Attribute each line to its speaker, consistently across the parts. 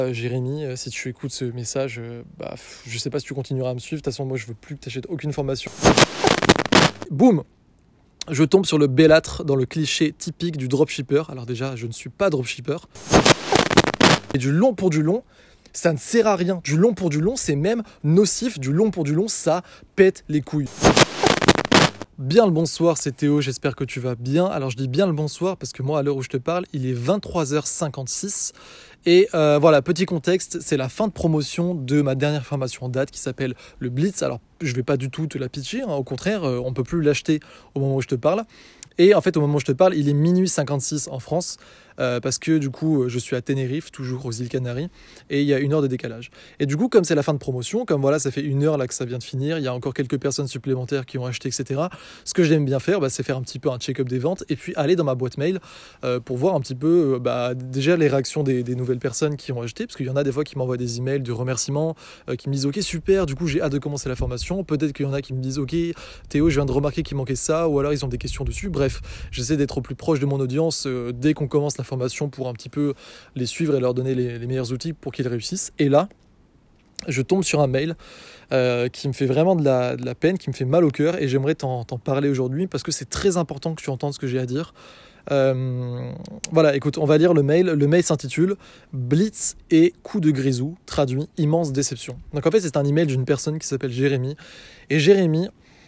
Speaker 1: Jérémy, si tu écoutes ce message, je sais pas si tu continueras à me suivre. De toute façon, moi, je veux plus que tu achètes aucune formation. Boum! Je tombe sur le bellâtre dans le cliché typique du dropshipper. Alors déjà, je ne suis pas dropshipper. Et du long pour du long, ça ne sert à rien. Du long pour du long, c'est même nocif. Du long pour du long, ça pète les couilles. Bien le bonsoir, c'est Théo, j'espère que tu vas bien. Alors je dis bien le bonsoir parce que moi, à l'heure où je te parle, il est 23h56. Et voilà, petit contexte, c'est la fin de promotion de ma dernière formation en date qui s'appelle le Blitz. Alors je vais pas du tout te la pitcher, au contraire, on peut plus l'acheter au moment où je te parle. Et en fait, au moment où je te parle, il est minuit 56 en France, parce que du coup, je suis à Tenerife, toujours aux îles Canaries, et il y a 1 heure de décalage. Et du coup, comme c'est la fin de promotion, comme voilà, ça fait 1 heure là que ça vient de finir, il y a encore quelques personnes supplémentaires qui ont acheté, etc. Ce que j'aime bien faire, c'est faire un petit peu un check-up des ventes, et puis aller dans ma boîte mail pour voir un petit peu déjà les réactions des nouvelles personnes qui ont acheté, parce qu'il y en a des fois qui m'envoient des emails de remerciements, qui me disent ok super, du coup j'ai hâte de commencer la formation. Peut-être qu'il y en a qui me disent ok Théo, je viens de remarquer qu'il manquait ça, ou alors ils ont des questions dessus. Bref, j'essaie d'être au plus proche de mon audience dès qu'on commence la formation pour un petit peu les suivre et leur donner les meilleurs outils pour qu'ils réussissent. Et là, je tombe sur un mail qui me fait vraiment de la peine, qui me fait mal au cœur, et j'aimerais t'en parler aujourd'hui parce que c'est très important que tu entendes ce que j'ai à dire. Voilà, écoute, on va lire le mail. Le mail s'intitule Blitz et coup de grisou, traduit immense déception. Donc en fait, c'est un email d'une personne qui s'appelle Jérémy, et Jérémy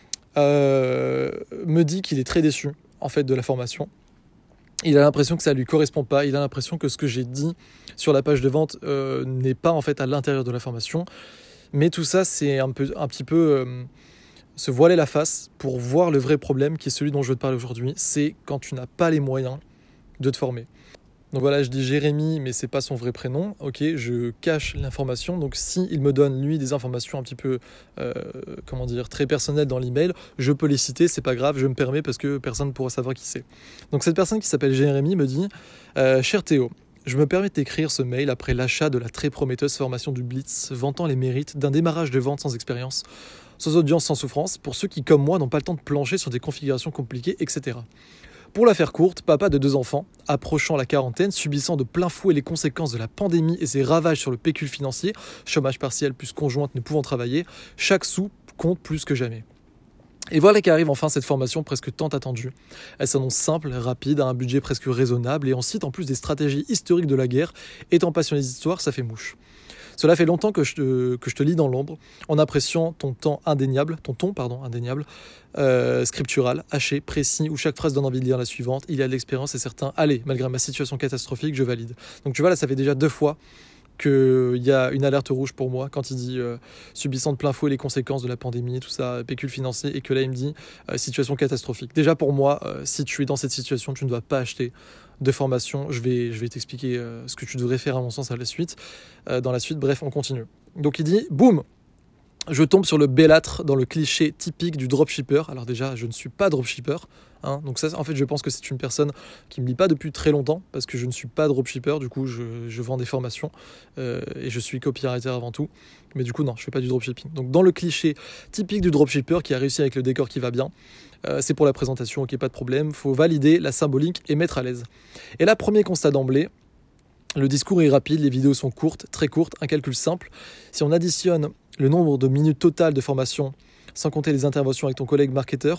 Speaker 1: me dit qu'il est très déçu en fait de la formation. Il a l'impression que ça lui correspond pas. Il a l'impression que ce que j'ai dit sur la page de vente n'est pas en fait à l'intérieur de la formation. Mais tout ça, c'est un petit peu se voiler la face pour voir le vrai problème qui est celui dont je veux te parler aujourd'hui. C'est quand tu n'as pas les moyens de te former. Donc voilà, je dis Jérémy, mais c'est pas son vrai prénom. Ok, je cache l'information. Donc si il me donne lui des informations un petit peu, très personnelles dans l'email, je peux les citer. C'est pas grave, je me permets parce que personne ne pourra savoir qui c'est. Donc cette personne qui s'appelle Jérémy me dit, cher Théo, je me permets d'écrire ce mail après l'achat de la très prometteuse formation du Blitz, vantant les mérites d'un démarrage de vente sans expérience, sans audience, sans souffrance, pour ceux qui, comme moi, n'ont pas le temps de plancher sur des configurations compliquées, etc. Pour la faire courte, papa de 2 enfants, approchant la quarantaine, subissant de plein fouet les conséquences de la pandémie et ses ravages sur le pécule financier, chômage partiel plus conjointe ne pouvant travailler, chaque sou compte plus que jamais. Et voilà qu'arrive enfin cette formation presque tant attendue. Elle s'annonce simple, rapide, à un budget presque raisonnable, et on cite en plus des stratégies historiques de la guerre. Étant passionné d'histoire, ça fait mouche. Cela fait longtemps que je te lis dans l'ombre, en appréciant ton ton indéniable, scriptural, haché, précis, où chaque phrase donne envie de lire la suivante. Il y a de l'expérience et certain. Allez, malgré ma situation catastrophique, je valide. Donc tu vois, là, ça fait déjà 2 fois qu'il y a une alerte rouge pour moi quand il dit subissant de plein fouet les conséquences de la pandémie, tout ça, pécule financier, et que là il me dit situation catastrophique. Déjà pour moi, si tu es dans cette situation, tu ne dois pas acheter de formation. Je vais t'expliquer ce que tu devrais faire à mon sens dans la suite. Bref, on continue. Donc il dit, boum, je tombe sur le bellâtre dans le cliché typique du dropshipper. Alors déjà, je ne suis pas dropshipper. Donc ça, en fait, je pense que c'est une personne qui ne me lit pas depuis très longtemps, parce que je ne suis pas dropshipper. Du coup, je vends des formations et je suis copywriter avant tout. Mais du coup, non, je ne fais pas du dropshipping. Donc dans le cliché typique du dropshipper qui a réussi avec le décor qui va bien, c'est pour la présentation, ok, pas de problème. Il faut valider la symbolique et mettre à l'aise. Et là, premier constat d'emblée, le discours est rapide, les vidéos sont courtes, très courtes, un calcul simple. Si on additionne le nombre de minutes totales de formation, sans compter les interventions avec ton collègue marketeur,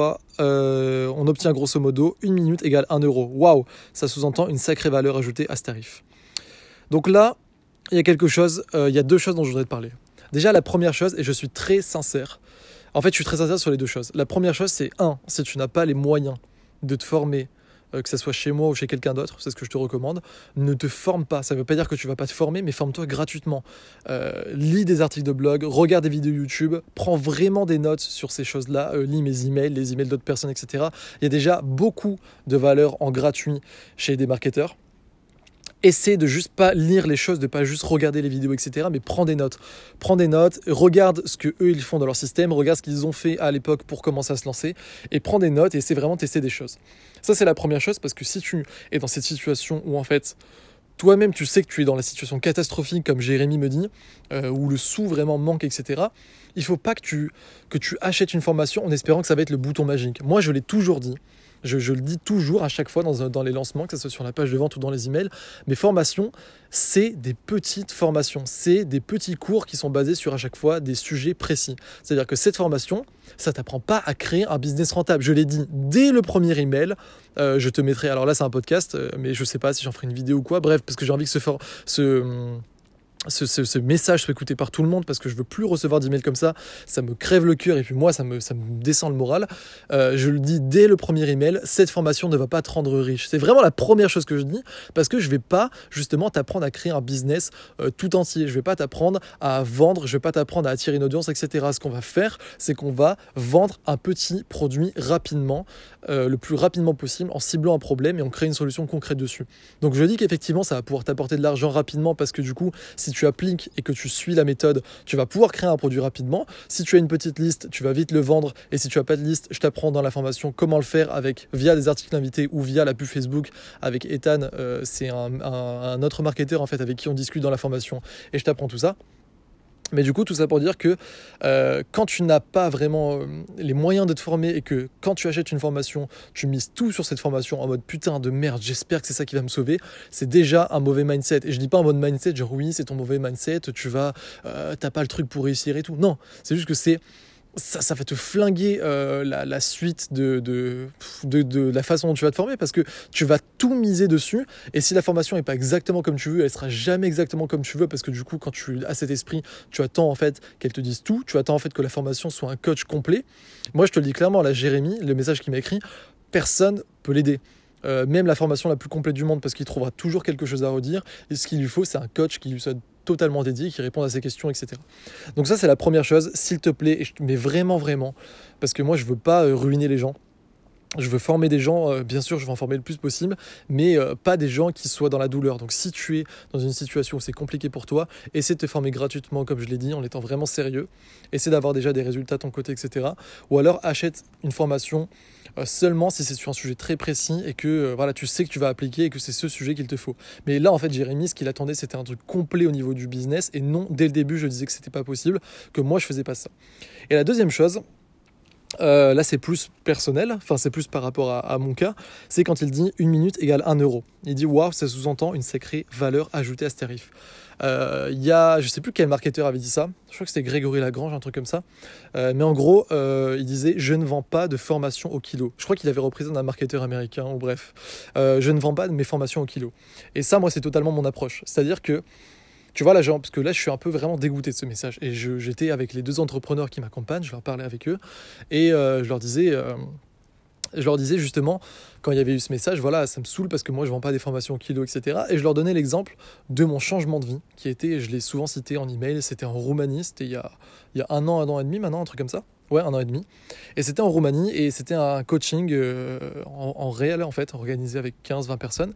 Speaker 1: on obtient grosso modo 1 minute égale 1 euro. Waouh, ça sous-entend une sacrée valeur ajoutée à ce tarif. Donc là, il y a 2 choses dont je voudrais te parler. Déjà, la première chose, et je suis très sincère, en fait, je suis très sincère sur les 2 choses. La première chose, c'est si tu n'as pas les moyens de te former, que ce soit chez moi ou chez quelqu'un d'autre, c'est ce que je te recommande, ne te forme pas. Ça ne veut pas dire que tu ne vas pas te former, mais forme-toi gratuitement. Lis des articles de blog, regarde des vidéos YouTube, prends vraiment des notes sur ces choses-là, lis mes emails, les emails d'autres personnes, etc. Il y a déjà beaucoup de valeur en gratuit chez des marketeurs. Essaie de juste pas lire les choses, de pas juste regarder les vidéos, etc. Mais prends des notes, regarde ce que eux ils font dans leur système, regarde ce qu'ils ont fait à l'époque pour commencer à se lancer, et prends des notes et essaie vraiment de tester des choses. Ça c'est la première chose, parce que si tu es dans cette situation où en fait toi-même tu sais que tu es dans la situation catastrophique comme Jérémy me dit, où le sou vraiment manque, etc. Il faut pas que tu achètes une formation en espérant que ça va être le bouton magique. Moi je l'ai toujours dit. Je le dis toujours à chaque fois dans les lancements, que ce soit sur la page de vente ou dans les emails. Mes formations, c'est des petites formations. C'est des petits cours qui sont basés sur à chaque fois des sujets précis. C'est-à-dire que cette formation, ça ne t'apprend pas à créer un business rentable. Je l'ai dit dès le premier email. Je te mettrai, alors là c'est un podcast, mais je ne sais pas si j'en ferai une vidéo ou quoi. Bref, parce que j'ai envie que ce message soit écouté par tout le monde, parce que je veux plus recevoir d'emails comme ça me crève le cœur et puis moi ça me descend le moral. Je le dis dès le premier email, cette formation ne va pas te rendre riche. C'est vraiment la première chose que je dis, parce que je vais pas justement t'apprendre à créer un business tout entier. Je vais pas t'apprendre à vendre, je vais pas t'apprendre à attirer une audience, etc. Ce qu'on va faire, c'est qu'on va vendre un petit produit rapidement, le plus rapidement possible, en ciblant un problème et on crée une solution concrète dessus. Donc je dis qu'effectivement ça va pouvoir t'apporter de l'argent rapidement, parce que du coup si tu appliques et que tu suis la méthode, tu vas pouvoir créer un produit rapidement. Si tu as une petite liste, tu vas vite le vendre, et si tu n'as pas de liste, je t'apprends dans la formation comment le faire via des articles invités ou via la pub Facebook avec Ethan, c'est un autre marketeur en fait avec qui on discute dans la formation, et je t'apprends tout ça. Mais du coup, tout ça pour dire que quand tu n'as pas vraiment les moyens de te former, et que quand tu achètes une formation, tu mises tout sur cette formation en mode putain de merde, j'espère que c'est ça qui va me sauver, c'est déjà un mauvais mindset. Et je dis pas en mode mindset, genre oui, c'est ton mauvais mindset, t'as pas le truc pour réussir et tout. Non, c'est juste que ça va te flinguer la suite de la façon dont tu vas te former, parce que tu vas tout miser dessus, et si la formation n'est pas exactement comme tu veux, elle sera jamais exactement comme tu veux, parce que du coup quand tu as cet esprit, tu attends en fait qu'elle te dise tout, tu attends en fait que la formation soit un coach complet. Moi je te le dis clairement, là Jérémy, le message qu'il m'a écrit, personne peut l'aider. Même la formation la plus complète du monde, parce qu'il trouvera toujours quelque chose à redire, et ce qu'il lui faut c'est un coach qui lui soit totalement dédié, qui répond à ses questions, etc. Donc ça c'est la première chose, s'il te plaît, mais vraiment, parce que moi je veux pas ruiner les gens. Je veux former des gens, bien sûr je veux en former le plus possible, mais pas des gens qui soient dans la douleur. Donc si tu es dans une situation où c'est compliqué pour toi, essaie de te former gratuitement, comme je l'ai dit, en étant vraiment sérieux. Essaie d'avoir déjà des résultats de ton côté, etc. Ou alors achète une formation seulement si c'est sur un sujet très précis, et que voilà, tu sais que tu vas appliquer et que c'est ce sujet qu'il te faut. Mais là en fait Jérémy, ce qu'il attendait c'était un truc complet au niveau du business, et non, dès le début je disais que c'était pas possible, que moi je faisais pas ça. Et la deuxième chose, là c'est plus personnel, enfin c'est plus par rapport à mon cas, c'est quand il dit 1 minute égale 1 euro. Il dit waouh, ça sous-entend une sacrée valeur ajoutée à ce tarif. Je sais plus quel marketeur avait dit ça, je crois que c'était Grégory Lagrange, un truc comme ça, mais en gros il disait je ne vends pas de formation au kilo. Je crois qu'il avait représenté un marketeur américain, ou bref, je ne vends pas de mes formations au kilo. Et ça moi c'est totalement mon approche, c'est-à-dire que tu vois là, parce que là je suis un peu vraiment dégoûté de ce message, et j'étais avec les 2 entrepreneurs qui m'accompagnent, je leur parlais avec eux, et je leur disais justement, quand il y avait eu ce message, voilà, ça me saoule parce que moi je vends pas des formations au kilo, etc. Et je leur donnais l'exemple de mon changement de vie, qui était, je l'ai souvent cité en email, c'était en Roumanie, c'était il y a 1 an et demi maintenant, un truc comme ça. Ouais, 1 an et demi. Et c'était en Roumanie, et c'était un coaching en réel en fait, organisé avec 15-20 personnes.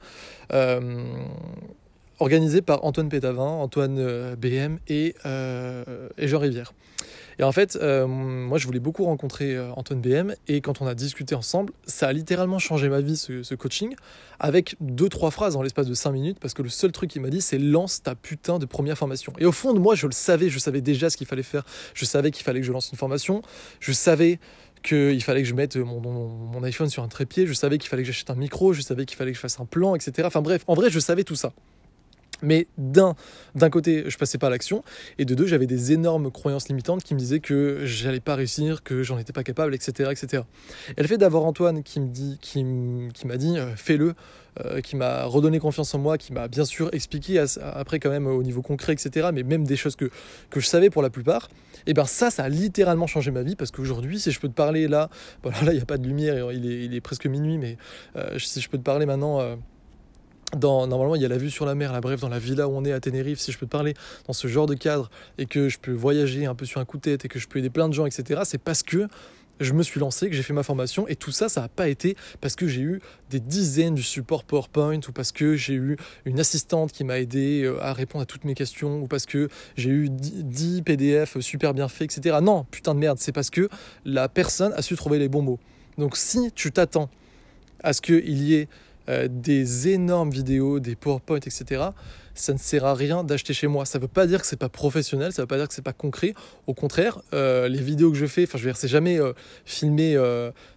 Speaker 1: Organisé par Antoine Pétavin, Antoine BM et Jean Rivière. Et en fait, moi je voulais beaucoup rencontrer Antoine BM, et quand on a discuté ensemble, ça a littéralement changé ma vie ce coaching, avec 2-3 phrases en l'espace de 5 minutes, parce que le seul truc qu'il m'a dit c'est lance ta putain de première formation. Et au fond de moi je savais déjà ce qu'il fallait faire, je savais qu'il fallait que je lance une formation, je savais qu'il fallait que je mette mon iPhone sur un trépied, je savais qu'il fallait que j'achète un micro, je savais qu'il fallait que je fasse un plan, etc. Enfin bref, en vrai je savais tout ça. Mais d'un côté, je passais pas à l'action, et de deux, j'avais des énormes croyances limitantes qui me disaient que j'allais pas réussir, que j'en étais pas capable, etc., etc. Et le fait d'avoir Antoine qui m'a dit fais-le, qui m'a redonné confiance en moi, qui m'a bien sûr expliqué après quand même au niveau concret, etc., mais même des choses que je savais pour la plupart, et ben ça a littéralement changé ma vie, parce qu'aujourd'hui, si je peux te parler là, bon alors là il y a pas de lumière, il est presque minuit, mais si je peux te parler maintenant. Normalement il y a la vue sur la mer, là, bref, dans la villa où on est à Tenerife, si je peux te parler dans ce genre de cadre, et que je peux voyager un peu sur un coup de tête, et que je peux aider plein de gens, etc., c'est parce que je me suis lancé, que j'ai fait ma formation, et tout ça n'a pas été parce que j'ai eu des dizaines de supports PowerPoint, ou parce que j'ai eu une assistante qui m'a aidé à répondre à toutes mes questions, ou parce que j'ai eu 10 PDF super bien faits, etc. Non, putain de merde, c'est parce que la personne a su trouver les bons mots. Donc si tu t'attends à ce qu'il y ait des énormes vidéos, des PowerPoint, etc., ça ne sert à rien d'acheter chez moi. Ça ne veut pas dire que c'est pas professionnel, ça ne veut pas dire que c'est pas concret. Au contraire, les vidéos que je fais, enfin je veux dire, c'est jamais filmé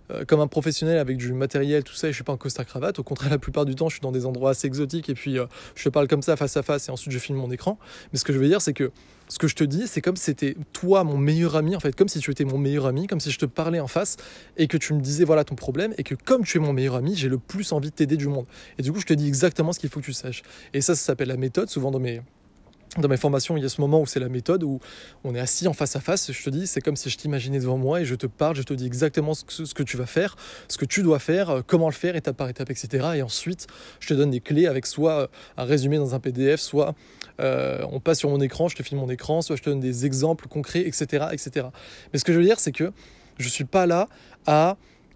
Speaker 1: comme un professionnel avec du matériel, tout ça, et je suis pas en costard-cravate. Au contraire, la plupart du temps, je suis dans des endroits assez exotiques et puis je te parle comme ça, face à face, et ensuite je filme mon écran. Mais ce que je veux dire, c'est que ce que je te dis, c'est comme si c'était toi mon meilleur ami, en fait, comme si tu étais mon meilleur ami, comme si je te parlais en face et que tu me disais voilà ton problème, et que comme tu es mon meilleur ami, j'ai le plus envie de t'aider du monde. Et du coup, je te dis exactement ce qu'il faut que tu saches. Et ça s'appelle la méthode. Souvent dans mes formations, il y a ce moment où c'est la méthode, où on est assis en face à face, et je te dis, c'est comme si je t'imaginais devant moi et je te parle, je te dis exactement ce que tu vas faire, ce que tu dois faire, comment le faire, étape par étape, etc. Et ensuite, je te donne des clés avec soit un résumé dans un PDF, soit on passe sur mon écran, je te filme mon écran, soit je te donne des exemples concrets, etc., etc. Mais ce que je veux dire, c'est que je ne suis pas là à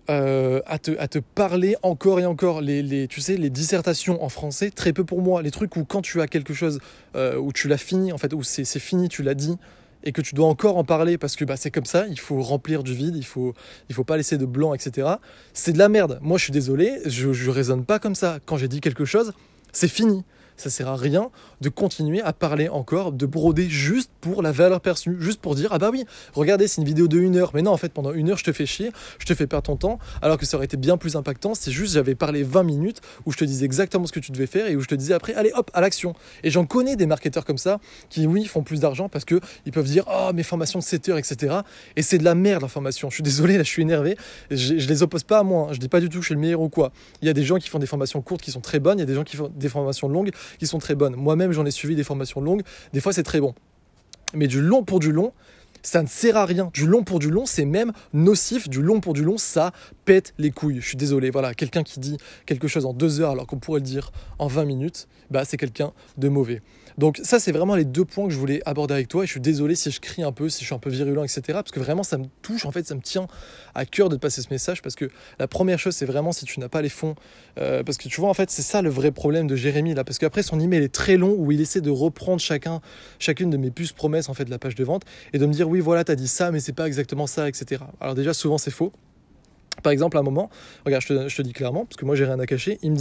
Speaker 1: te parler encore et encore. Tu sais, les dissertations en français, très peu pour moi. Les trucs où quand tu as quelque chose, où tu l'as fini, en fait, où c'est fini, tu l'as dit, et que tu dois encore en parler parce que c'est comme ça, il faut remplir du vide, il faut pas laisser de blanc, etc. C'est de la merde. Moi, je suis désolé, je raisonne pas comme ça. Quand j'ai dit quelque chose, c'est fini. Ça sert à rien de continuer à parler encore, de broder juste pour la valeur perçue, juste pour dire ah bah oui, regardez, c'est une vidéo de 1 heure. Mais non, en fait, pendant 1 heure, je te fais chier, je te fais perdre ton temps, alors que ça aurait été bien plus impactant. C'est juste, j'avais parlé 20 minutes où je te disais exactement ce que tu devais faire et où je te disais après, allez hop, à l'action. Et j'en connais des marketeurs comme ça qui, oui, font plus d'argent parce que ils peuvent dire oh, mes formations de 7 heures, etc. Et c'est de la merde, la formation. Je suis désolé, là, je suis énervé. Je les oppose pas à moi. Je dis pas du tout que je suis le meilleur ou quoi. Il y a des gens qui font des formations courtes qui sont très bonnes, il y a des gens qui font des formations longues qui sont très bonnes. Moi-même, j'en ai suivi des formations longues. Des fois, c'est très bon. Mais du long pour du long, ça ne sert à rien. Du long pour du long, c'est même nocif. Du long pour du long, ça pète les couilles. Je suis désolé. Voilà, quelqu'un qui dit quelque chose en 2 heures alors qu'on pourrait le dire en 20 minutes, c'est quelqu'un de mauvais. Donc ça, c'est vraiment les 2 points que je voulais aborder avec toi. Et je suis désolé si je crie un peu, si je suis un peu virulent, etc. Parce que vraiment, ça me touche. En fait, ça me tient à cœur de te passer ce message. Parce que la première chose, c'est vraiment si tu n'as pas les fonds. Parce que tu vois, en fait, c'est ça le vrai problème de Jérémy là. Parce qu'après, son email est très long où il essaie de reprendre chacune de mes puces promesses en fait de la page de vente et de me dire oui, voilà, t'as dit ça, mais c'est pas exactement ça, etc. Alors déjà, souvent, c'est faux. Par exemple, à un moment, regarde, je te dis clairement, parce que moi j'ai rien à cacher, il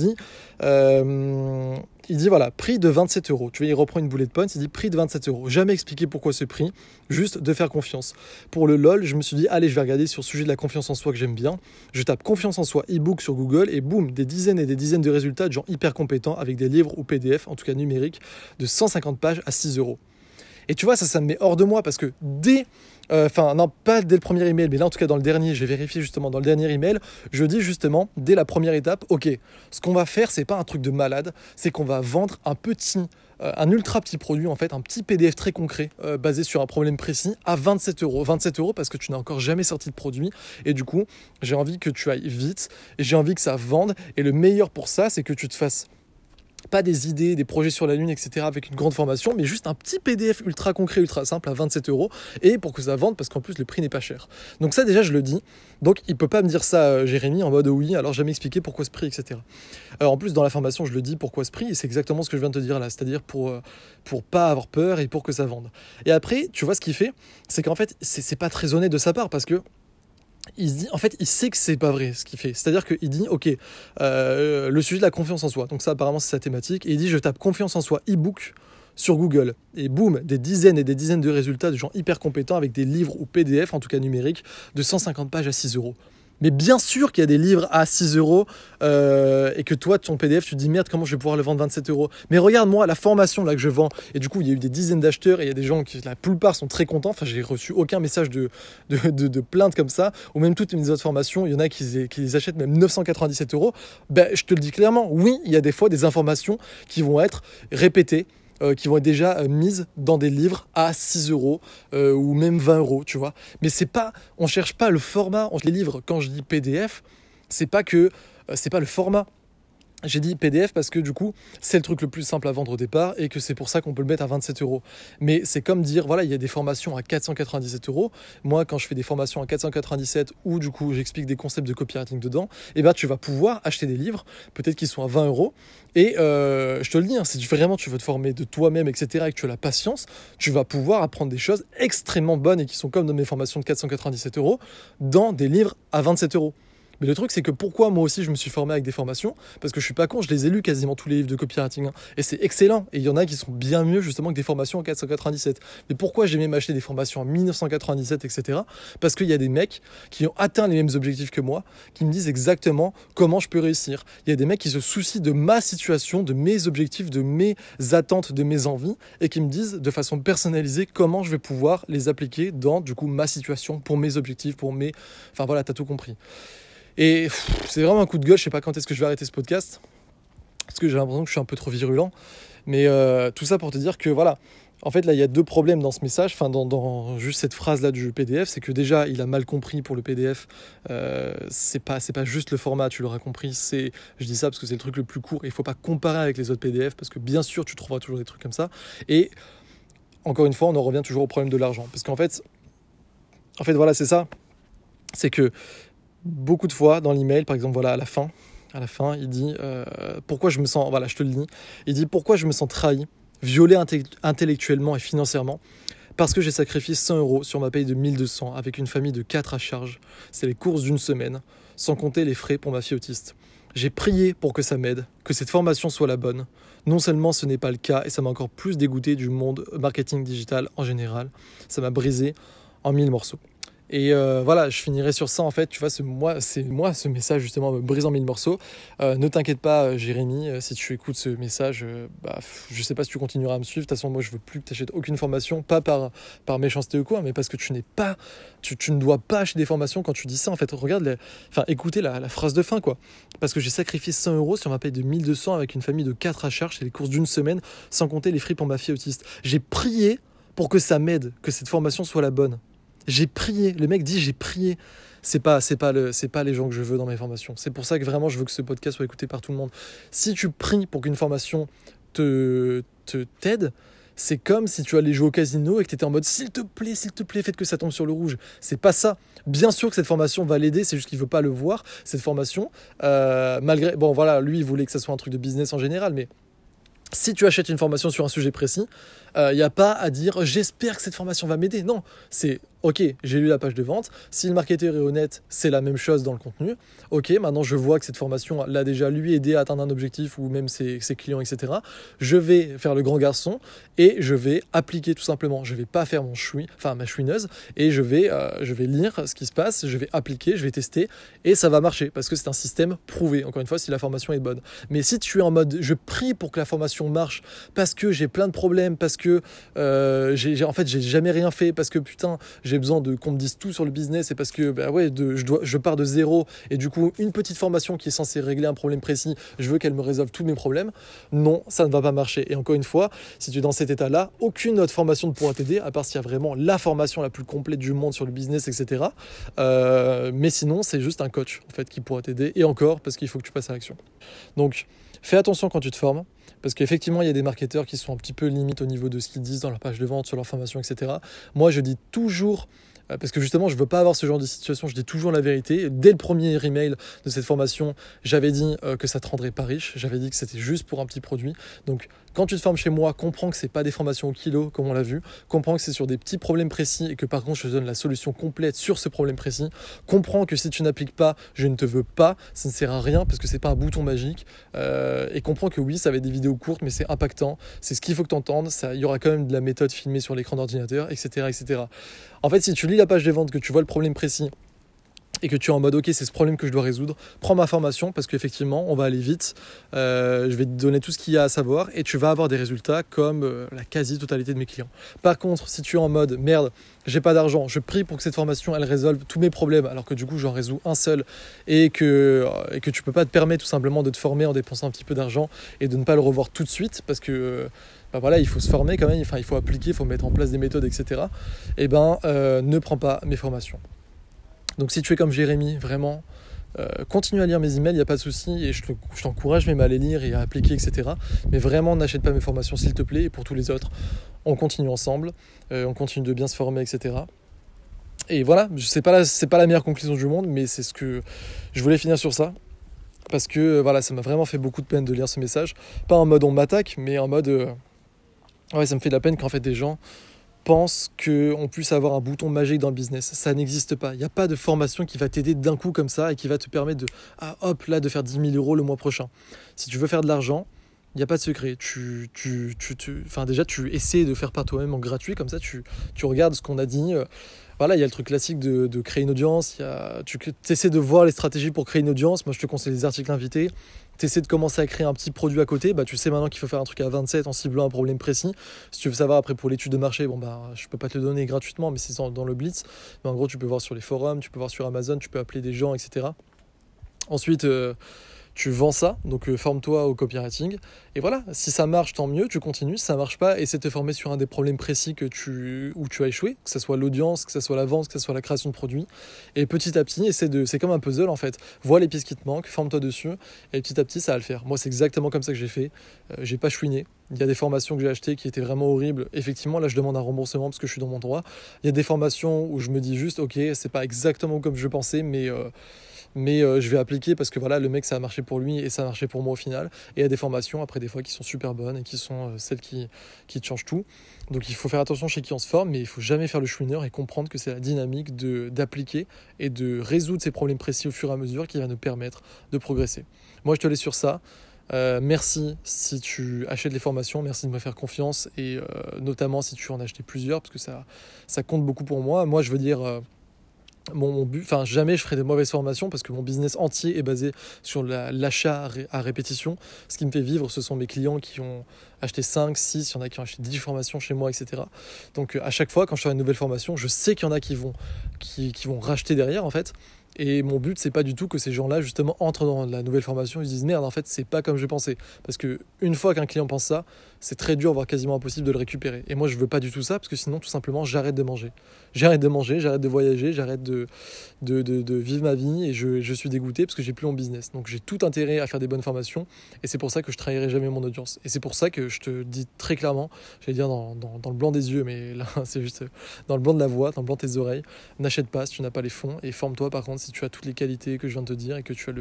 Speaker 1: dit voilà, prix de 27 euros. Tu vois, il reprend une bullet point, il dit prix de 27 euros. Jamais expliqué pourquoi ce prix, juste de faire confiance. Pour le LOL, je me suis dit, allez, je vais regarder sur le sujet de la confiance en soi que j'aime bien. Je tape confiance en soi e-book sur Google et boum, des dizaines et des dizaines de résultats de gens hyper compétents avec des livres ou PDF, en tout cas numériques, de 150 pages à 6 euros. Et tu vois, ça me met hors de moi parce que non, pas dès le premier email, mais là en tout cas dans le dernier, j'ai vérifié justement dans le dernier email, je dis justement, dès la première étape, ok, ce qu'on va faire, c'est pas un truc de malade, c'est qu'on va vendre un ultra petit produit en fait, un petit PDF très concret, basé sur un problème précis, à 27 euros. 27 euros parce que tu n'as encore jamais sorti de produit, et du coup, j'ai envie que tu ailles vite, et j'ai envie que ça vende, et le meilleur pour ça, c'est que tu te fasses pas des idées, des projets sur la lune, etc. avec une grande formation, mais juste un petit PDF ultra concret, ultra simple à 27 euros, et pour que ça vende, parce qu'en plus le prix n'est pas cher. Donc ça déjà je le dis, donc il peut pas me dire ça Jérémy en mode oui, alors jamais expliquer pourquoi ce prix, etc. Alors en plus dans la formation je le dis pourquoi ce prix, et c'est exactement ce que je viens de te dire là, c'est-à-dire pour pas avoir peur et pour que ça vende. Et après, tu vois ce qu'il fait, c'est qu'en fait c'est pas très honnête de sa part, parce que il se dit, en fait, il sait que c'est pas vrai ce qu'il fait. C'est-à-dire qu'il dit, ok, le sujet de la confiance en soi. Donc ça, apparemment, c'est sa thématique. Et il dit, je tape confiance en soi e-book sur Google. Et boum, des dizaines et des dizaines de résultats de gens hyper compétents avec des livres ou PDF, en tout cas numériques, de 150 pages à 6 euros. Mais bien sûr qu'il y a des livres à 6 euros et que toi, ton PDF, tu te dis merde, comment je vais pouvoir le vendre 27 euros. Mais regarde, moi, la formation là que je vends, et du coup, il y a eu des dizaines d'acheteurs et il y a des gens qui, la plupart, sont très contents. Enfin, j'ai reçu aucun message de plainte comme ça, ou même toutes mes autres formations, il y en a qui les achètent même 997 euros. Je te le dis clairement, oui, il y a des fois des informations qui vont être répétées, qui vont être déjà mises dans des livres à 6 euros ou même 20 euros, tu vois. Mais on cherche pas le format. Les livres, quand je dis PDF, c'est pas le format. J'ai dit PDF parce que du coup, c'est le truc le plus simple à vendre au départ et que c'est pour ça qu'on peut le mettre à 27 euros. Mais c'est comme dire, voilà, il y a des formations à 497 euros. Moi, quand je fais des formations à 497 où du coup, j'explique des concepts de copywriting dedans, tu vas pouvoir acheter des livres, peut-être qu'ils sont à 20 euros. Et je te le dis, si vraiment tu veux te former de toi-même, etc., et que tu as la patience, tu vas pouvoir apprendre des choses extrêmement bonnes et qui sont comme dans mes formations de 497 euros dans des livres à 27 euros. Mais le truc, c'est que pourquoi moi aussi je me suis formé avec des formations? Parce que je suis pas con, je les ai lus quasiment tous les livres de copywriting, hein. Et c'est excellent. Et il y en a qui sont bien mieux justement que des formations en 497. Mais pourquoi j'ai même acheté des formations en 1997, etc. Parce qu'il y a des mecs qui ont atteint les mêmes objectifs que moi, qui me disent exactement comment je peux réussir. Il y a des mecs qui se soucient de ma situation, de mes objectifs, de mes attentes, de mes envies, et qui me disent de façon personnalisée comment je vais pouvoir les appliquer dans du coup ma situation, pour mes objectifs, pour mes... Enfin voilà, t'as tout compris. Et c'est vraiment un coup de gueule, je sais pas quand est-ce que je vais arrêter ce podcast, parce que j'ai l'impression que je suis un peu trop virulent, mais tout ça pour te dire que voilà, en fait là il y a deux problèmes dans ce message, enfin dans juste cette phrase là du PDF, c'est que déjà il a mal compris pour le PDF, c'est pas juste le format, tu l'auras compris, je dis ça parce que c'est le truc le plus court, il faut pas comparer avec les autres PDF, parce que bien sûr tu trouveras toujours des trucs comme ça, et encore une fois on en revient toujours au problème de l'argent, parce qu'en fait voilà c'est ça, c'est que beaucoup de fois dans l'email, par exemple, voilà, à la fin, il dit pourquoi je me sens, voilà, je te le dis, il dit pourquoi je me sens trahi, violé intellectuellement et financièrement, parce que j'ai sacrifié 100 € sur ma paye de 1200 avec une famille de 4 à charge. C'est les courses d'une semaine, sans compter les frais pour ma fille autiste. J'ai prié pour que ça m'aide, que cette formation soit la bonne. Non seulement ce n'est pas le cas, et ça m'a encore plus dégoûté du monde marketing digital en général, ça m'a brisé en 1000 morceaux. Et voilà, je finirai sur ça en fait, tu vois, c'est moi ce message justement me brise en 1000 morceaux. Ne t'inquiète pas Jérémy, si tu écoutes ce message, je sais pas si tu continueras à me suivre. De toute façon, moi je veux plus que tu achètes aucune formation, pas par méchanceté ou quoi, mais parce que tu ne dois pas acheter des formations quand tu dis ça en fait. Regarde, écoutez la phrase de fin quoi. Parce que j'ai sacrifié 100 € sur ma paye de 1200 avec une famille de 4 à charge, c'est les courses d'une semaine, sans compter les frais pour ma fille autiste. J'ai prié pour que ça m'aide, que cette formation soit la bonne. J'ai prié, le mec dit j'ai prié. C'est pas les gens que je veux dans mes formations. C'est pour ça que vraiment je veux que ce podcast soit écouté par tout le monde. Si tu pries pour qu'une formation t'aide, c'est comme si tu allais jouer au casino et que tu étais en mode s'il te plaît, faites que ça tombe sur le rouge. C'est pas ça. Bien sûr que cette formation va l'aider, c'est juste qu'il veut pas le voir, cette formation. Malgré, bon voilà, lui il voulait que ça soit un truc de business en général, mais si tu achètes une formation sur un sujet précis, il n'y a pas à dire j'espère que cette formation va m'aider. Non, c'est ok, j'ai lu la page de vente. Si le marketeur est honnête, c'est la même chose dans le contenu. Ok, maintenant je vois que cette formation l'a déjà lui aidé à atteindre un objectif ou même ses clients, etc. Je vais faire le grand garçon et je vais appliquer tout simplement. Je vais pas faire ma chouineuse et je vais lire ce qui se passe, je vais appliquer, je vais tester et ça va marcher parce que c'est un système prouvé. Encore une fois, si la formation est bonne. Mais si tu es en mode je prie pour que la formation marche parce que j'ai plein de problèmes, parce que j'ai jamais rien fait, parce que putain j'ai besoin qu'on me dise tout sur le business et parce que je pars de zéro et du coup une petite formation qui est censée régler un problème précis, je veux qu'elle me résolve tous mes problèmes. Non, ça ne va pas marcher. Et encore une fois, si tu es dans cet état-là, aucune autre formation ne pourra t'aider à part s'il y a vraiment la formation la plus complète du monde sur le business, etc. Mais sinon, c'est juste un coach en fait qui pourra t'aider et encore parce qu'il faut que tu passes à l'action. Donc fais attention quand tu te formes, parce qu'effectivement, il y a des marketeurs qui sont un petit peu limites au niveau de ce qu'ils disent dans leur page de vente, sur leur formation, etc. Moi, je dis toujours, parce que justement, je ne veux pas avoir ce genre de situation, je dis toujours la vérité. Dès le premier email de cette formation, j'avais dit que ça ne te rendrait pas riche, j'avais dit que c'était juste pour un petit produit. Donc, quand tu te formes chez moi, comprends que ce n'est pas des formations au kilo, comme on l'a vu. Comprends que c'est sur des petits problèmes précis et que par contre, je te donne la solution complète sur ce problème précis. Comprends que si tu n'appliques pas, je ne te veux pas, ça ne sert à rien parce que ce n'est pas un bouton magique. Et comprends que oui, ça va être des vidéos courtes, mais c'est impactant. C'est ce qu'il faut que tu entendes. Il y aura quand même de la méthode filmée sur l'écran d'ordinateur, etc., etc. En fait, si tu lis la page de vente, que tu vois le problème précis, et que tu es en mode ok c'est ce problème que je dois résoudre, prends ma formation parce qu'effectivement on va aller vite, je vais te donner tout ce qu'il y a à savoir et tu vas avoir des résultats comme la quasi-totalité de mes clients. Par contre si tu es en mode merde j'ai pas d'argent, je prie pour que cette formation elle résolve tous mes problèmes alors que du coup j'en résous un seul et que tu peux pas te permettre tout simplement de te former en dépensant un petit peu d'argent et de ne pas le revoir tout de suite parce que il faut se former quand même, il faut appliquer, il faut mettre en place des méthodes, etc. Ne prends pas mes formations. Donc si tu es comme Jérémy, vraiment, continue à lire mes emails, il n'y a pas de souci, et je t'encourage même à les lire et à appliquer, etc. Mais vraiment, n'achète pas mes formations s'il te plaît, et pour tous les autres, on continue ensemble, on continue de bien se former, etc. Et voilà, c'est pas la meilleure conclusion du monde, mais c'est ce que je voulais finir sur ça, parce que voilà, ça m'a vraiment fait beaucoup de peine de lire ce message, pas en mode on m'attaque, mais en mode ça me fait de la peine qu'en fait des gens pense qu'on puisse avoir un bouton magique dans le business. Ça n'existe pas. Il n'y a pas de formation qui va t'aider d'un coup comme ça et qui va te permettre de faire 10 000 euros le mois prochain. Si tu veux faire de l'argent, il n'y a pas de secret. Déjà, tu essaies de faire par toi-même en gratuit, comme ça, tu regardes ce qu'on a dit. Voilà, il y a le truc classique de créer une audience. Tu essaies de voir les stratégies pour créer une audience. Moi, je te conseille les articles invités. Tu essaies de commencer à créer un petit produit à côté. Tu sais maintenant qu'il faut faire un truc à 27 en ciblant un problème précis. Si tu veux savoir après pour l'étude de marché, je peux pas te le donner gratuitement, mais c'est dans le Blitz. Mais en gros, tu peux voir sur les forums, tu peux voir sur Amazon, tu peux appeler des gens, etc. Ensuite, tu vends ça, donc forme-toi au copywriting. Et voilà, si ça marche, tant mieux, tu continues. Si ça marche pas, essaie de te former sur un des problèmes précis où tu as échoué, que ce soit l'audience, que ce soit la vente, que ce soit la création de produits. Et petit à petit, c'est comme un puzzle en fait. Vois les pièces qui te manquent, forme-toi dessus, et petit à petit, ça va le faire. Moi, c'est exactement comme ça que j'ai fait. J'ai pas chouiné. Il y a des formations que j'ai achetées qui étaient vraiment horribles. Effectivement, là, je demande un remboursement parce que je suis dans mon droit. Il y a des formations où je me dis juste, ok, c'est pas exactement comme je pensais, mais je vais appliquer parce que voilà, le mec, ça a marché pour lui et ça a marché pour moi au final. Et il y a des formations, après, des fois, qui sont super bonnes et qui sont celles qui te changent tout. Donc, il faut faire attention chez qui on se forme, mais il faut jamais faire le chouineur et comprendre que c'est la dynamique d'appliquer et de résoudre ces problèmes précis au fur et à mesure qui va nous permettre de progresser. Moi, je te laisse sur ça. Merci si tu achètes les formations, merci de me faire confiance et notamment si tu en as acheté plusieurs parce que ça compte beaucoup pour moi. Moi, je veux dire... mon but, jamais je ferai des mauvaises formations parce que mon business entier est basé sur l'achat à répétition. Ce qui me fait vivre, ce sont mes clients qui ont acheté 5, 6, il y en a qui ont acheté 10 formations chez moi, etc. Donc à chaque fois, quand je fais une nouvelle formation, je sais qu'il y en a qui vont racheter derrière en fait. Et mon but, c'est pas du tout que ces gens-là, justement, entrent dans la nouvelle formation et se disent merde, en fait, c'est pas comme je pensais. Parce que une fois qu'un client pense ça, c'est très dur, voire quasiment impossible de le récupérer. Et moi, je veux pas du tout ça, parce que sinon, tout simplement, j'arrête de manger. J'arrête de manger, j'arrête de voyager, j'arête de vivre ma vie et je suis dégoûté parce que j'ai plus mon business. Donc, j'ai tout intérêt à faire des bonnes formations et c'est pour ça que je trahirai jamais mon audience. Et c'est pour ça que je te dis très clairement, j'allais dire dans le blanc des yeux, mais là, c'est juste dans le blanc de la voix, dans le blanc de tes oreilles, n'achète pas si tu n'as pas les fonds et forme-toi par contre si tu as toutes les qualités que je viens de te dire et que tu as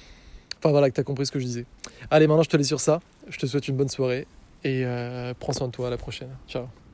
Speaker 1: que tu as compris ce que je disais. Allez, maintenant je te laisse sur ça. Je te souhaite une bonne soirée et prends soin de toi. À la prochaine. Ciao.